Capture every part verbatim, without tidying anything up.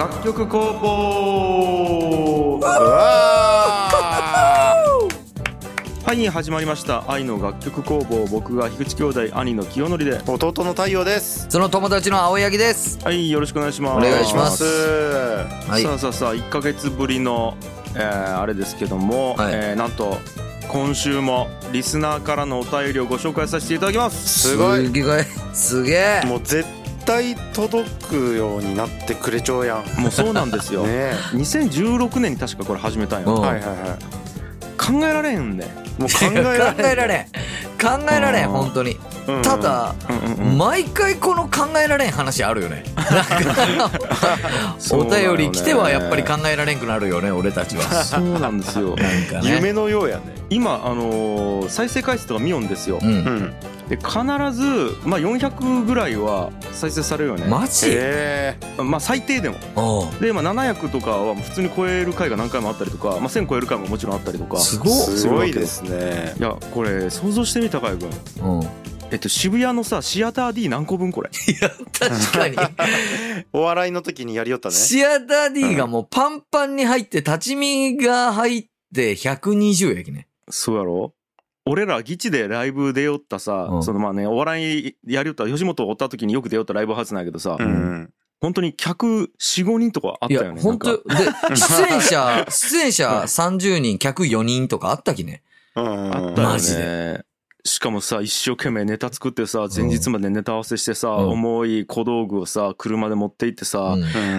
楽曲工房。はい、始まりました愛の楽曲工房。僕が樋口兄弟、兄の清則で、 弟の太陽です。 その友達の青柳です。 はい、よろしくお願いします。 お願いします。 はい、さあさあさあいっかげつぶりの、えー、あれですけども、はい、えー、なんと今週もリスナーからのお便りをご紹介させていただきます。 すごい、 すげえ。 もう絶対届くようになってくれちゃうやん。 もうそうなんですよね。にせんじゅうろくねんに確かこれ始めたんよ、うん、はいはいはい。考えられんね。 もう考えられん考えられん考えられん本当に、うんうん、ただ、うんうんうん、毎回この考えられん話あるよね。なんかお便り来てはやっぱり考えられんくなるよね、俺たちは。 そうなんですよ。 なんか、ね、夢のようやね。 今、あのー、再生回数とか見よんですよ、うんうん、で必ず、まあ、よんひゃくぐらいは再生されるよね。 マジ？ えー、まあ最低でもで、まあ、ななひゃくとかは普通に超える回が何回もあったりとか、まあ、せん超える回ももちろんあったりとか。 すごい、 すごいですね。 いやこれ想像してみたかい君、うん、えっと渋谷のさシアター D 何個分これ。 いや確かにお笑いの時にやりよったね。 シアター D がもうパンパンに入って立ち見が入ってひゃくにじゅうやきね。 そうやろ。俺らギチでライブ出よったさ、うん、そのまあねお笑いやりよった吉本おった時によく出よったライブハウスなんやけどさ、うん、本当に客 よん、ごにんとかあったよね。いや本当で出演者出演者さんじゅうにん客よにんとかあったきね。 あったよね。マジで。しかもさ一生懸命ネタ作ってさ前日までネタ合わせしてさ、うん、重い小道具をさ車で持って行ってさ、うん、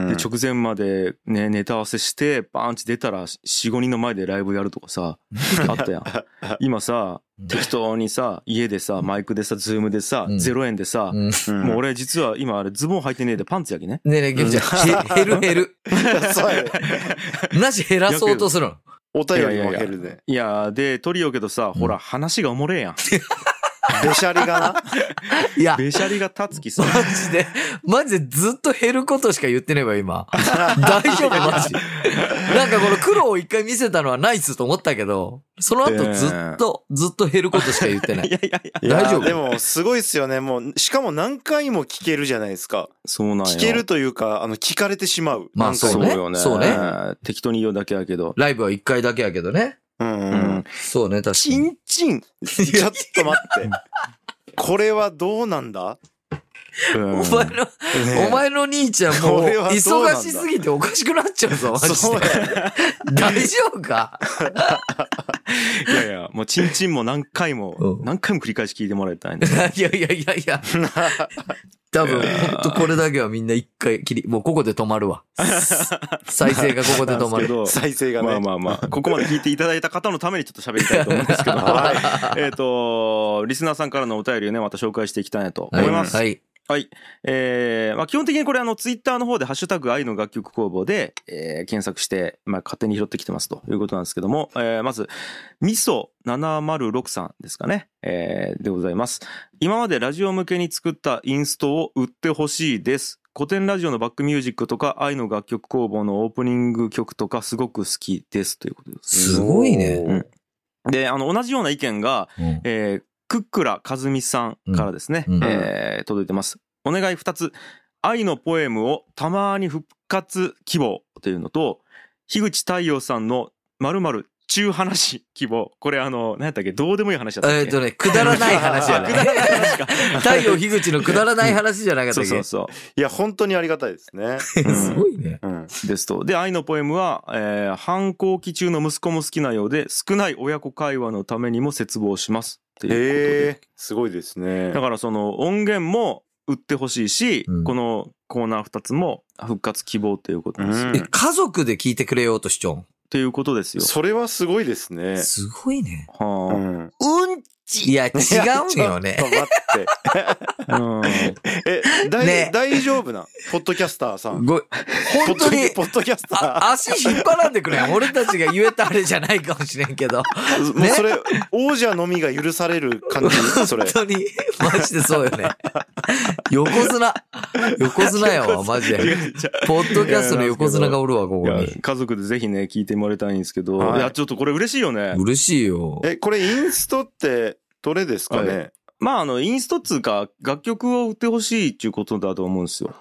で直前までねネタ合わせしてバーンチ出たら よん、ごにんの前でライブやるとかさあったやん。今さ適当にさ家でさマイクでさズームでさ、うん、ゼロえんでさ、うん、もう俺実は今あれズボン履いてねえでパンツやきね。 ねえねえ、じゃあ減る減る。そうやね。なし減らそうとするの。 お便りも減るね。 いやで取りよけどさ、うん、ほら話がおもれえやん。 べしゃりがな。 いやべしゃりが立つきさ。 マジでマジでずっと減ることしか言ってねえわ今。大丈夫マジ。なんかこの苦労を一回見せたのはナイスと思ったけど、その後ずっと、えー、ずっと減ることしか言ってない。いやいやいや大丈夫。 でもすごいっすよね。もうしかも何回も聞けるじゃないですか。 そうなんよ。 聞けるというかあの聞かれてしまう。 まあそうね。 そうよね。 そうね。 適当に言うだけやけど。 ライブは一回だけやけどね。 うんうん。 そうね確かに。 チンチン。ちょっと待って。これはどうなんだ？ うん、お前の、ね、お前の兄ちゃんもう忙しすぎておかしくなっちゃうぞマジで。そう大丈夫か？ いやいやもうチンチンも何回も、うん、何回も繰り返し聞いてもらいたいんで。 いやいやいやいや多分ほんとこれだけはみんな一回きりもうここで止まるわ。再生がここで止まる。 再生がね。 まあまあまあここまで聞いていただいた方のためにちょっと喋りたいと思うんですけど、はい、えっとリスナーさんからのお便りをねまた紹介していきたいなと思います。 はい、はいはい。えー、まあ基本的にこれあのツイッターの方でハッシュタグ愛の楽曲工房で、えー、検索して、まあ勝手に拾ってきてますということなんですけども、えー、まず、みそななまるろくさんですかね、えー、でございます。今までラジオ向けに作ったインストを売ってほしいです。古典ラジオのバックミュージックとか愛の楽曲工房のオープニング曲とかすごく好きですということです。 すごいね。 うん、で、あの同じような意見が、うん、えークックラカズミさんからですね、うんえー、届いてます。お願いふたつ。愛のポエムをたまに復活希望というのと、樋口太陽さんの〇〇中話希望。これあの、何やったっけどうでもいい話だったっけえっとね、くだらない話やね。くだらない話か。太陽樋口のくだらない話じゃなかったっけそうそうそう。 いや、本当にありがたいですね。 すごいね。 うん。ですと。で、愛のポエムは、えー、反抗期中の息子も好きなようで、少ない親子会話のためにも切望します。っていうことで。 すごいですね。 だからその音源も売ってほしいし、うん、このコーナーふたつも復活希望ということです、 うん、え家族で聞いてくれようとしちゃうっていうことですよ。 それはすごいですね。 すごいね。 はあ、うん、 うんいや違うよね。 ちょっと待って。うん、え大、ね、大丈夫なポッドキャスターさん。 ご本当にポッドキャスター。 足引っ張らんでくれ。俺たちが言えたあれじゃないかもしれんけど。 もうそれ王者のみが許される感じ。それ。 本当にマジでそうよね。横綱横綱やわマジで。ポッドキャストの横綱がおるわここに。 家族でぜひね聞いてもらいたいんですけど、はい、いやちょっとこれ嬉しいよね。 嬉しいよ。 えこれインストってどれですかね。はい、 まああのインストっつうか楽曲を売ってほしいっていうことだと思うんですよ。 はい。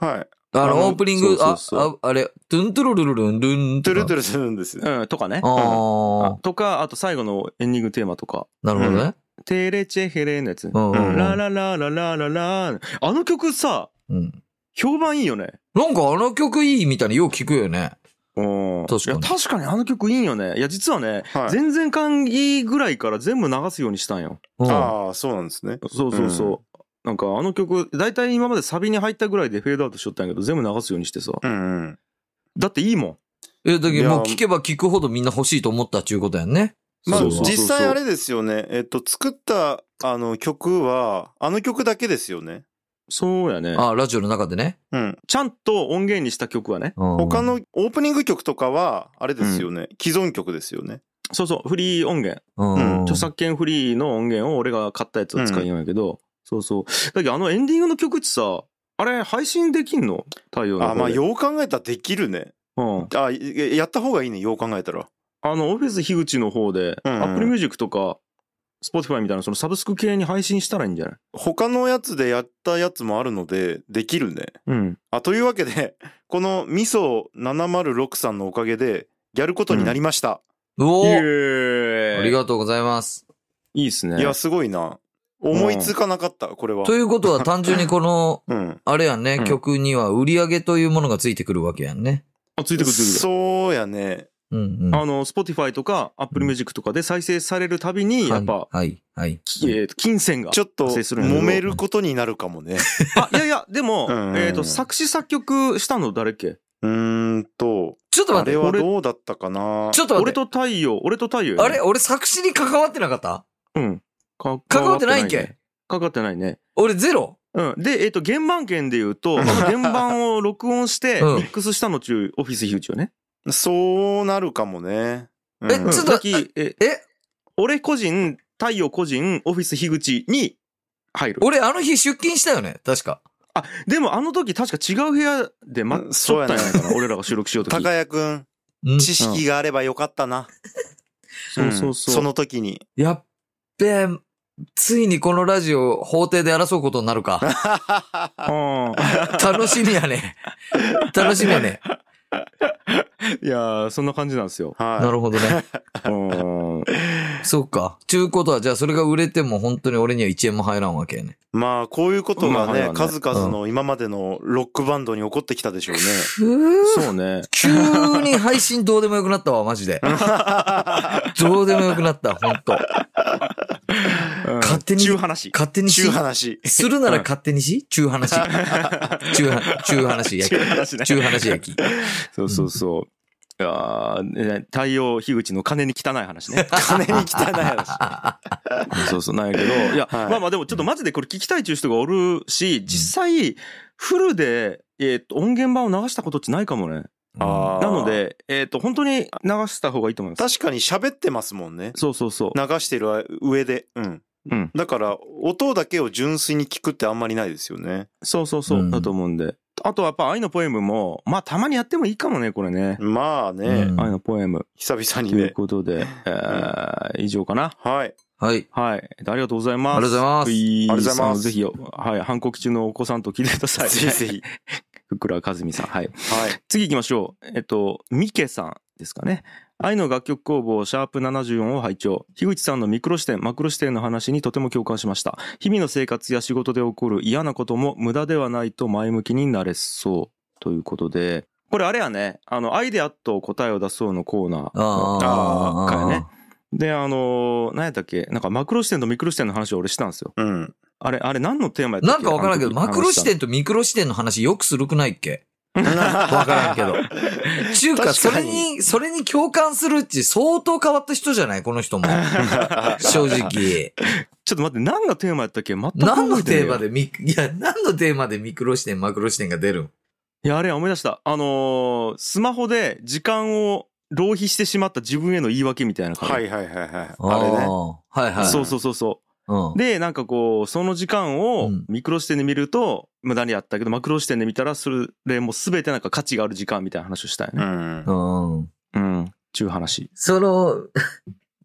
あの、オープニング、 そうそうそうあ、あ、あれ、トゥントゥルルルルンルントゥルトゥルするんですよ。 うん、とかね。 ああ、 とか、あと最後のエンディングテーマとか。 なるほどね。 テレチェヘレのやつ。 うんうんうんラララララララあの曲さ、 うん。 評判いいよね。 なんかあの曲いいみたいによく聞くよね。 うん。 確かにいや確かにあの曲いいんよね。いや、実はね、 はい前々回ぐらいから全部流すようにしたんよ。 うん。 ああ、そうなんですね。 そうそうそう。なんかあの曲、だいたい今までサビに入ったぐらいでフェードアウトしとったんやけど、全部流すようにしてさ。 うんうん。 だっていいもん。 え、だけどいやもう聞けば聞くほどみんな欲しいと思ったっていうことやんね。 まあ、 そうそうそう実際あれですよね。えっと、作った、あの、曲は、あの曲だけですよね。 そうやね。 あ、ラジオの中でね。 うん。 ちゃんと音源にした曲はね。 他のオープニング曲とかは、あれですよね。既存曲ですよね。 そうそう、フリー音源。 うん、 著作権フリーの音源を俺が買ったやつを使いようんやけど、そうそう。だけどあのエンディングの曲ってさ、あれ配信できんの？太陽の方で。 あ、まあ、よう考えたらできるね。 うん。 あ、ややった方がいいね。よう考えたら。 あの、オフィス樋口の方で、 うんうん Apple Music とか、Spotify みたいなそのサブスク系に配信したらいいんじゃない？ 他のやつでやったやつもあるので、できるね。 うん。 あ、というわけで、このミソななまるろくさんのおかげで、やることになりました。 おイエーーイありがとうございます。 いいっすね。 いや、すごいな。思いつかなかった、これは。 ということは単純にこの、 うん。 あれやんね、 うん曲には売り上げというものがついてくるわけやんね。 あ、ついてくるついてくる。 そうやね。 うんうん。 あの、Spotify とか Apple Music とかで再生されるたびに、やっぱ、 はい、はい、はい。 きえーと金銭がちょっと発生するんやけど揉めることになるかもね。 あ、いやいや、でも、 うんえっと、作詞作曲したの誰っけ？ うーんと、あちょっと待って、 れはどうだったかな。 ちょっと待って。 俺と太陽、俺と太陽やね。 あれ俺作詞に関わってなかった？ うん。か関わってないんけ？ ね関わってないね。 俺ゼロ？ うん。で、えっと、原版権で言うと、この原版を録音して、 うんミックスしたの中、オフィス樋口よね。 そうなるかもね。うんえちょっとさっき、え、 え俺個人、太陽個人、オフィス樋口に入る。 俺あの日出勤したよね確か。 あ、でもあの時確か違う部屋で待っとったんやないかな。俺らが収録しようとき。 高谷くん、 ん知識があればよかったな。 そうそうそう。 んその時に。 やっべえ、ついにこのラジオ法廷で争うことになるか。 うん楽しみやね。楽しみやね。 いやー、そんな感じなんですよ。 はい。 なるほどね。 うんそうか。ちゅうことは、じゃあそれが売れても本当に俺にはいちえんも入らんわけやね。 まあ、こういうことがね、 まあね数々の今までのロックバンドに起こってきたでしょうね。 ふぅそうね。 急に配信どうでもよくなったわ、マジで。どうでもよくなった、ほんと。勝手に、 中話。 勝手にしちゅう、話。 するなら勝手にし中話。中話、中話焼き。 中話ね。 中話焼き。 そうそうそう。いやーね太陽樋口の金に汚い話ね。 金に汚い話。 そうそう、なんやけど。いや、 はいまあまあでもちょっとマジでこれ聞きたいっていう人がおるし、実際、フルで、えっと、音源版を流したことってないかもね。 あーなので、えっと、本当に流した方がいいと思います。 確かに喋ってますもんね。 そうそうそう。 流してる上で。うん。 うん。 だから、音だけを純粋に聞くってあんまりないですよね。 そうそうそうう。 んだと思うんで。あとはやっぱ愛のポエムも、まあたまにやってもいいかもね、これね。 まあね、 うん愛のポエム。 久々にというね。 ことで、えー、以上かな。 はい。 はい。 はい。ありがとうございます。 ありがとうございますありがとうございますぜひ、はい。反抗期中のお子さんと聞いてください。 ぜひぜひ。 ふくら和美さん。はい。 はい。 次行きましょう。えっと、ミケさんですかね。愛の楽曲工房シャープななじゅうよんを拝聴。樋口さんのミクロ視点、マクロ視点の話にとても共感しました。日々の生活や仕事で起こる嫌なことも無駄ではないと前向きになれそう。ということで、これあれやね、あの、アイデアと答えを出そうのコーナーあかやね。で、あの、何やったっけ、なんかマクロ視点とミクロ視点の話を俺したんですよ。 うん。 あれ、あれ何のテーマやったっけ？ なんかわからんけど、 あの時マクロ視点とミクロ視点の話よくするくないっけ？わからんけど。中華、それに、それに共感するって相当変わった人じゃないこの人も。正直。 ちょっと待って、何のテーマやったっけ？全く覚えてない何のテーマでミ、いや、何のテーマでミクロ視点、マクロ視点が出るん？ いや、あれや思い出した。あのー、スマホで時間を浪費してしまった自分への言い訳みたいな感じ。 はいはいはいはい。あれね。 はいはい。 そうそうそうそう。 うん。 で、なんかこう、その時間をうんミクロ視点で見ると無駄にやったけど、マクロ視点で見たらそれも全てなんか価値がある時間みたいな話をしたようね。 ん。 うん。 うん。ちゅう話。 その、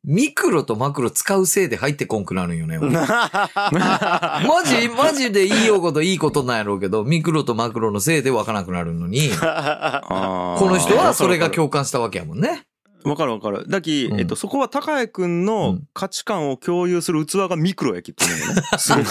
ミクロとマクロ使うせいで入ってこんくなるんよね。マジ、マジでいいよこといいことなんやろうけど、ミクロとマクロのせいで分からなくなるのに、この人はそれが共感したわけやもんね。 わかるわかる。だき、うん、えっと、そこは高谷くんの価値観を共有する器がミクロやきって言うんだよね。すごく。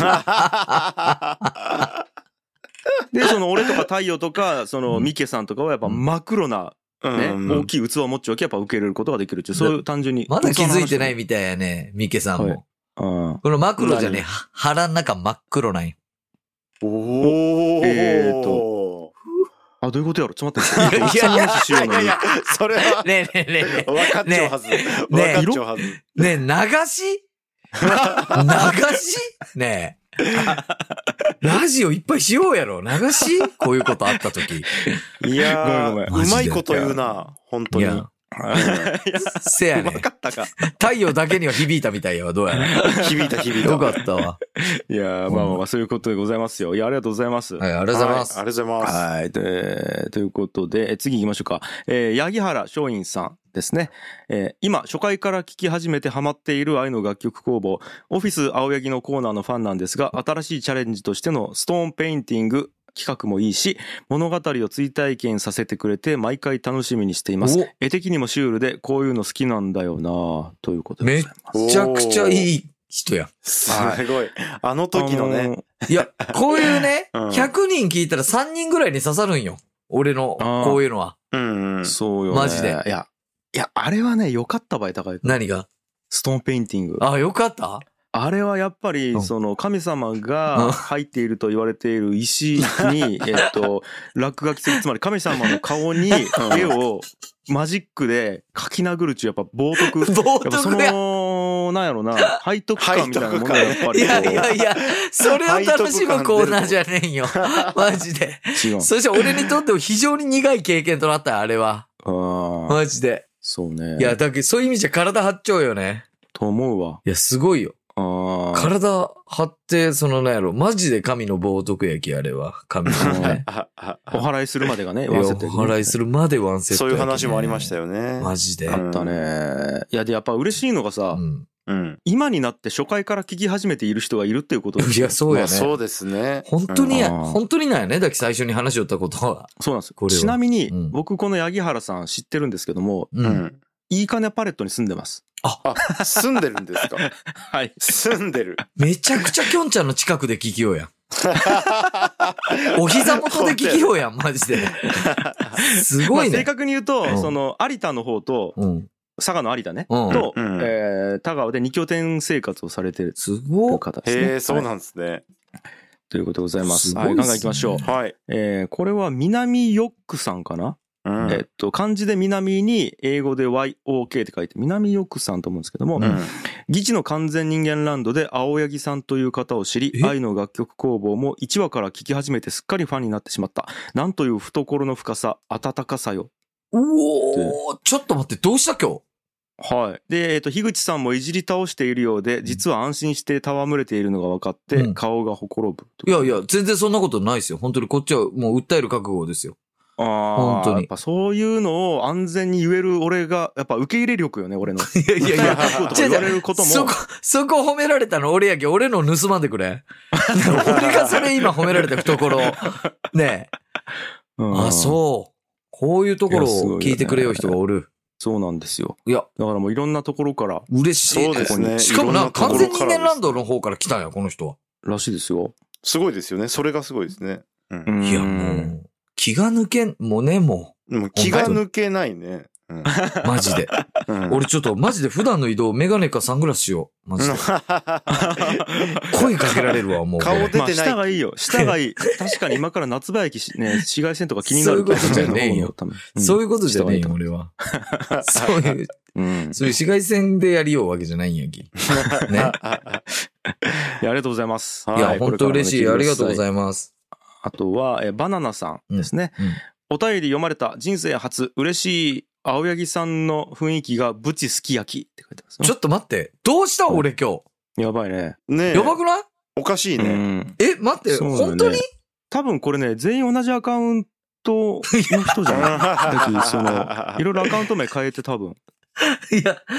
で、その俺とか太陽とか、そのミケさんとかはやっぱマクロな、ね、うんうん、大きい器を持っちゃうわけやっぱ受け入れることができるっていう、そういう単純に。 まだ気づいてないみたいやね、ミケさんも。はい、このマクロじゃね、腹の中真っ黒なんよ。 おー。 えーと。あ、どういうことやろちょっと待って。いやいやいやいや、それは。 ねえねえねえ。 分かっちゃうはず。ねえ。分かっちゃうはず。 ねえ、流し流しねえ。ラジオいっぱいしようやろ。流しこういうことあったとき。 いやー、うまいこと言うな。本当に。 せやね。 分かったか。 太陽だけには響いたみたいやわ、どうやら。 響いた響いた。 よかったわ。 いやー、まあまあそういうことでございますよ。いや、ありがとうございます。 はい、ありがとうございます。 ありがとうございます。 はい。で、ということで、次行きましょうか。えー、八木原松陰さんですね。えー、今、初回から聴き始めてハマっている愛の楽曲工房、オフィス青柳のコーナーのファンなんですが、新しいチャレンジとしてのストーンペインティング、企画もいいし、物語を追体験させてくれて毎回楽しみにしています。絵的にもシュールでこういうの好きなんだよなということでございます。 めちゃくちゃいい人や。 すごい。あの時のね。あのー、 いや、こういうね、うん、ひゃくにん聞いたらさんにんぐらいに刺さるんよ。俺の、こういうのは。 うんうん、 そうよね。 マジで。 いや、いや、あれはね、良かった場合高い。 何が？ ストーンペインティング。 あ、良かった？ あれはやっぱり、その神様が入っていると言われている石に、えっと、落書きする、つまり神様の顔に絵をマジックで描き殴るっちゅう、やっぱ冒涜。 冒涜や。 その、なんやろな、背徳感みたいなものがやっぱり。 いやいやいや、それを楽しむコーナーじゃねえよ。マジで。 違う。 そして俺にとっても非常に苦い経験となったよ、あれは。マジで。 そうね。 いや、だけどそういう意味じゃ体張っちゃうよね。 と思うわ。 いや、すごいよ。 あ体張って、そのなんやろ、マジで神の冒涜やき、あれは。神のね。 お祓いするまでがね、 ワンセット、ね。お祓いするまでワンセット、 ね。そういう話もありましたよね。 マジで。 あったね。いや、で、やっぱ嬉しいのがさ、 うんうん、 今になって初回から聞き始めている人がいるっていうことです。 いや、そうやね。まあ、 そうですね。 本当に、うん、本当になんやね。だき最初に話しよったことは。 そうなんですよ。ちなみに、うん、僕この八木原さん知ってるんですけども、 うん。 いいかねパレットに住んでます。 あ、住んでるんですか？ はい。 住んでる。 めちゃくちゃきょんちゃんの近くで聞きようやん。お膝元で聞きようやん、マジで。すごいね。 まあ、正確に言うと、うん、その、有田の方と、 うん、 佐賀の有田ね、 うん、 と、 うん、 えー、田川で二拠点生活をされてるすごい方ですね。 へー、そうなんですね。 ということでございます。 すごいはい、ガンガン行きましょう。 はい。 えー、これは南ヨックさんかな？うん、えっと、漢字で南に英語で ワイオーケー って書いて南ヨックさんと思うんですけども、 うん、 議事の完全人間ランドで青柳さんという方を知り、愛の楽曲工房もいちわから聴き始めてすっかりファンになってしまった。なんという懐の深さ、温かさよ。 うおー、ちょっと待って、どうした今日？ はい。で、えっと、樋口さんもいじり倒しているようで、実は安心して戯れているのが分かって、うん、顔がほころぶ。 いやいや、全然そんなことないですよ。本当にこっちはもう訴える覚悟ですよ。 ああ、 本当に。 やっぱそういうのを安全に言える俺が、やっぱ受け入れ力よね、俺の。いやいやいや、 言われることも。 そこ、そこ褒められたの俺やけ、俺の盗まんでくれ。俺がそれ今褒められた懐。ねえ。 うん、 あ、そう。こういうところを聞いてくれよ人がおる。 そうなんですよ。 いや。 だからもういろんなところから。 嬉しい。 そうですね。 しかもな、完全人間ランドの方から来たんや、この人は。 らしいですよ。 すごいですよね。それがすごいですね。 うん、いや、もう。気が抜けん、もうね、もう。もう気が抜けないね。うん、 マジで、うん。俺ちょっとマジで普段の移動メガネかサングラスしよう。マジで。声かけられるわ、もう。 顔出てない。 まあ、下がいいよ。下がいい。確かに今から夏場駅ね、紫外線とか気になる。 そういうことじゃねえよ。うん、そういうことじゃねえよ、俺は。そういう、うん、そういう紫外線でやりようわけじゃないんやき。ね。いや、 ありがとうございます。 いや、本当嬉しい。ありがとうございます。 あとは、えバナナさんですね、 うんうん。 お便り読まれた人生初、嬉しい青柳さんの雰囲気がブチすき焼きって書いてます、ね。 ちょっと待って。どうした俺今日。やばいね。 ねやばくない？ おかしいね。うん、 え、待って、ね、本当に？ 多分これね、全員同じアカウントの人じゃないだけど、その、いろいろアカウント名変えて多分。 いや、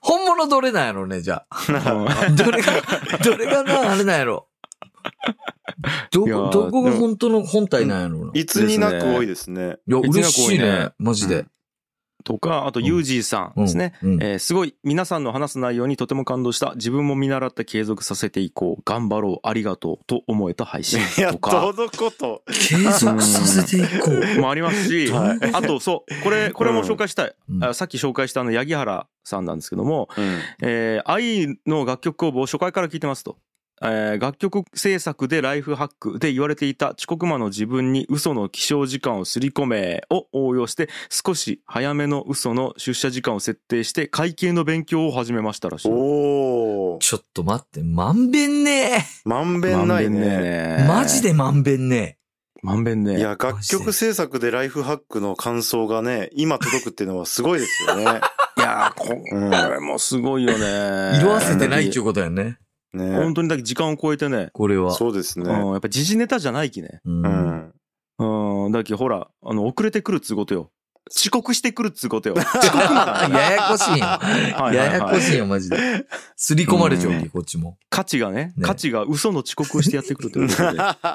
本物どれなんやろね、じゃあ。どれが、どれがな、あれなんやろ。どこ、どこが本当の本体なんやろな。 いつになく多いですね。 いや、嬉しいね。マジで。 とか、あと、ユージーさんですね。うんうん、えー、すごい、皆さんの話す内容にとても感動した。自分も見習って継続させていこう。頑張ろう。ありがとう。と思えた配信とか。 いや、どのこと継続させていこう。 もありますし、はい、あと、そう、これ、これも紹介したい。うん、さっき紹介したあの、八木原さんなんですけども、うん、えー、愛の楽曲工房初回から聞いてますと。えー、楽曲制作でライフハックで言われていた遅刻魔の自分に嘘の起床時間をすり込めを応用して少し早めの嘘の出社時間を設定して会計の勉強を始めましたらしい。 おー。ちょっと待って、まんべんねー。まんべんないね。 マジでまんべんねー。まんべんねー。 いや、楽曲制作でライフハックの感想がね、今届くっていうのはすごいですよね。 いやー、これもすごいよね。 色あせてないっていうことやね。 ね、本当にだけ時間を超えてね。 これは。 そうですね。 うん、やっぱ時事ネタじゃないきね。うん。うん。だけどほら、あの、遅れてくるっつうことよ。遅刻してくるっつうことよ。遅刻なのややこしいよ。ややこしいよ、マジで。すり込まれちゃうき、こっちも。 価値がね、ね価値が嘘の遅刻をしてやってくるということ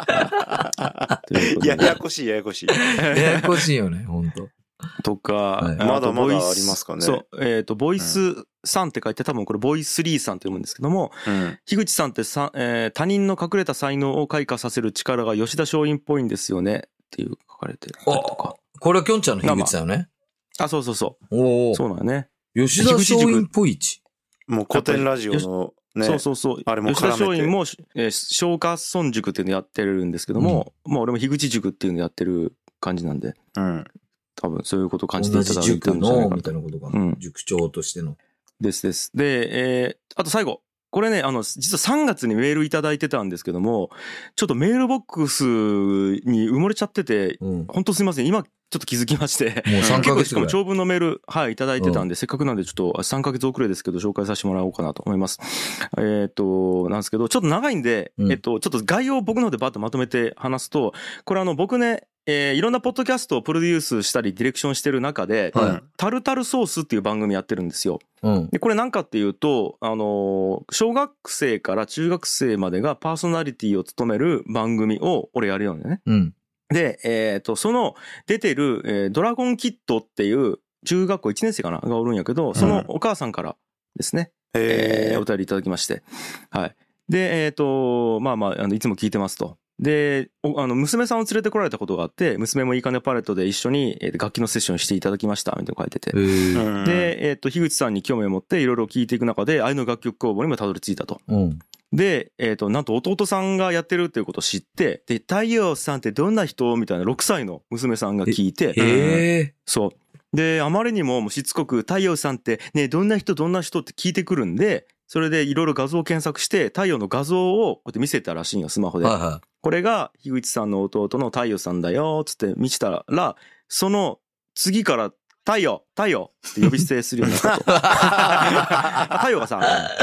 で。ややこしい、ややこしい。 ややこしいよね、ほんと。 とか、はい、 まだまだありますかね。 そう、えっ、ー、と、ボイスさんって書いて多分これボイスリーさんって読むんですけども、うん、樋口さんってさ、えー、他人の隠れた才能を開花させる力が吉田松陰っぽいんですよねっていう書かれてるとか。 これはきょんちゃんの樋口さんよね。 あ、そうそうそう。おそうだね。 吉田松陰っぽいち。 もう古典ラジオのね。 そうそうそう。あれも吉田松陰も、えー、松下村塾っていうのやってるんですけども、うん、まあ俺も樋口塾っていうのやってる感じなんで。うん。多分そういうことを感じていただいたんじゃないかな。 同じ塾のみたいなことかな、うん。塾長としての。 ですです。で、えー、あと最後。これね、あの、実はさんがつにメールいただいてたんですけども、ちょっとメールボックスに埋もれちゃってて、うん、本当すいません。今、ちょっと気づきまして。 もうさんかげつしかも長文のメール、はい、いただいてたんで、うん、せっかくなんでちょっとさんかげつ遅れですけど、紹介させてもらおうかなと思います。えっと、なんですけど、ちょっと長いんで、うん、えっと、ちょっと概要を僕の方でバッとまとめて話すと、これあの、僕ね、えー、いろんなポッドキャストをプロデュースしたりディレクションしてる中で、はい、タルタルソースっていう番組やってるんですよ。うん、でこれなんかっていうと、あのー、小学生から中学生までがパーソナリティを務める番組を俺やるよね。うん、で、えっと、その出てる、えー、ドラゴンキッドっていう中学校いちねん生かながおるんやけど、そのお母さんからですね、うん、えー、お便りいただきまして。はい。で、えっと、まあまあ、あのいつも聞いてますと。で、あの、娘さんを連れてこられたことがあって、娘もいいかねパレットで一緒に楽器のセッションしていただきました、みたいなの書いてて。で、えっと、樋口さんに興味を持っていろいろ聞いていく中で、愛の楽曲工房にもたどり着いたと。うん、で、えっと、なんと弟さんがやってるっていうことを知って、で、太陽さんってどんな人みたいなろくさいの娘さんが聞いて、 えそう。で、あまりにもしつこく、太陽さんってね、どんな人どんな人って聞いてくるんで、それでいろいろ画像を検索して、太陽の画像をこうやって見せたらしいんよ、スマホで。はいはい、これが、樋口さんの弟の太陽さんだよ、つって見せたら、その次から、太陽太陽って呼び捨てするようになったと。太陽がさ、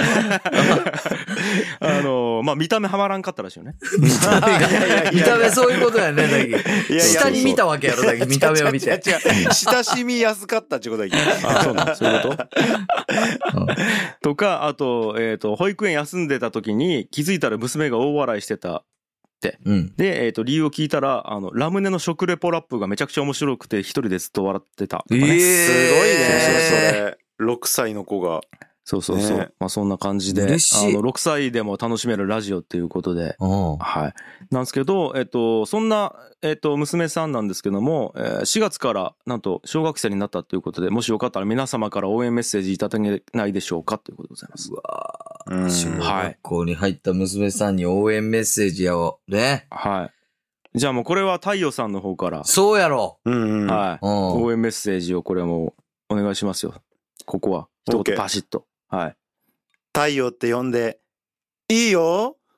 あの、まあ、見た目はまらんかったらしいよね。 見た目、見た目そういうことやね、だけ。下に見たわけやろ、だけ。見た目を見て。違う違う。親しみやすかったってことだけ。 あ、そうなん、そういうこととか、あと、えっと、保育園休んでた時に気づいたら娘が大笑いしてた。うん、で、えっと、理由を聞いたら、あの、ラムネの食レポラップがめちゃくちゃ面白くて、一人でずっと笑ってたとかね。えー、 すごいね。それ。ろくさいの子が。 そうそうそう。ね、まあそんな感じで、あの、ろくさいでも楽しめるラジオっていうことで、はい。なんですけど、えっと、そんな、えっと、娘さんなんですけども、えー、しがつからなんと小学生になったということで、もしよかったら皆様から応援メッセージいただけないでしょうかということでございます。 うわー。小学校に入った娘さんに応援メッセージやを、ね。 はい。じゃあもうこれは太陽さんの方から。 そうやろ。 うんうん。はい。応援メッセージをこれもお願いしますよ。ここは。一言パシッと。はい。 太陽って呼んで、いいよ。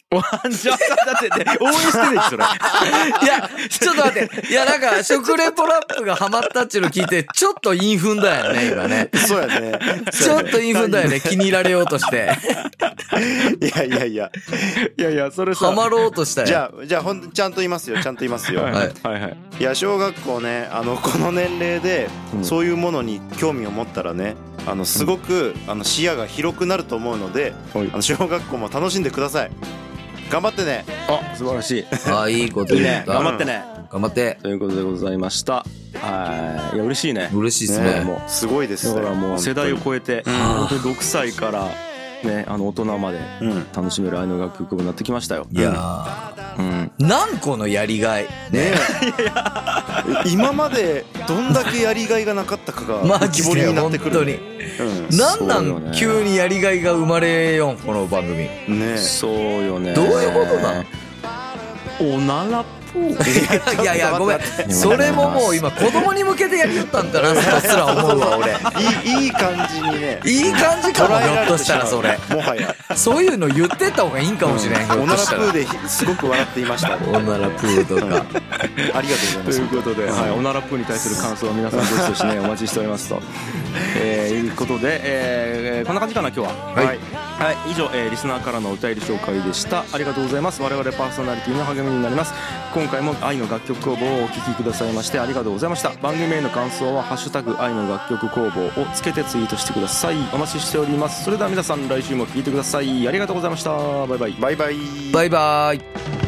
じゃあだってね、応援してねそれ。 いや、ちょっと待って。いや、なんか、食レポラップがハマったっちゅうの聞いて、ちょっと韻踏んだよね、今ね。 そうやね。 ちょっと韻踏んだよね、気に入られようとして。 いやいやいや。 いやいや、それさ。 ハマろうとしたよ。 じゃあ、じゃあ、ほんと、ちゃんと言いますよ、ちゃんと言いますよ。 はいはいはいはい。 いや、小学校ね、あの、この年齢で、そういうものに興味を持ったらね、あの、すごく、あの、視野が広くなると思うので、あの、小学校も楽しんでください。頑張ってね。 あ、素晴らしい。 あ、いいこと言った。 頑張ってね。 頑張って。 ということでございました。はい。いや、嬉しいね。 嬉しいですね。 もうすごいですね。 だからもう世代を超えて、本当にろくさいからね、あの大人まで楽しめる愛の楽曲になってきましたよ。 いやー、うん、何個のやりがいね。 今までどんだけやりがいがなかったかが浮き彫りになってくる。 本当に。なんなん急にやりがいが生まれよんこの番組。 ね。そうよね。 どういうことなの？ おならいやいやごめん、それももう今子供に向けてやりよったんかなとすら思うわ俺。 いいいい感じにね。 いい感じかも、ひょっとしたらそれ。 もはやそういうの言ってった方がいいんかもしれん。 おならプーですごく笑っていました。 おならプーとか。 ありがとうございます。 ということで、はい、おならプーに対する感想を皆さんどしどしねお待ちしておりますと。えー、いうことで、えー、こんな感じかな今日は。 はい。 はい、以上、えー、リスナーからのお便り紹介でした。ありがとうございます。我々パーソナリティの励みになります。今回も愛の楽曲工房をお聴きくださいましてありがとうございました。番組への感想はハッシュタグ愛の楽曲工房をつけてツイートしてください。お待ちしております。それでは皆さん来週も聴いてください。ありがとうございました。バイバイ。 バイバイ。 バイバイ。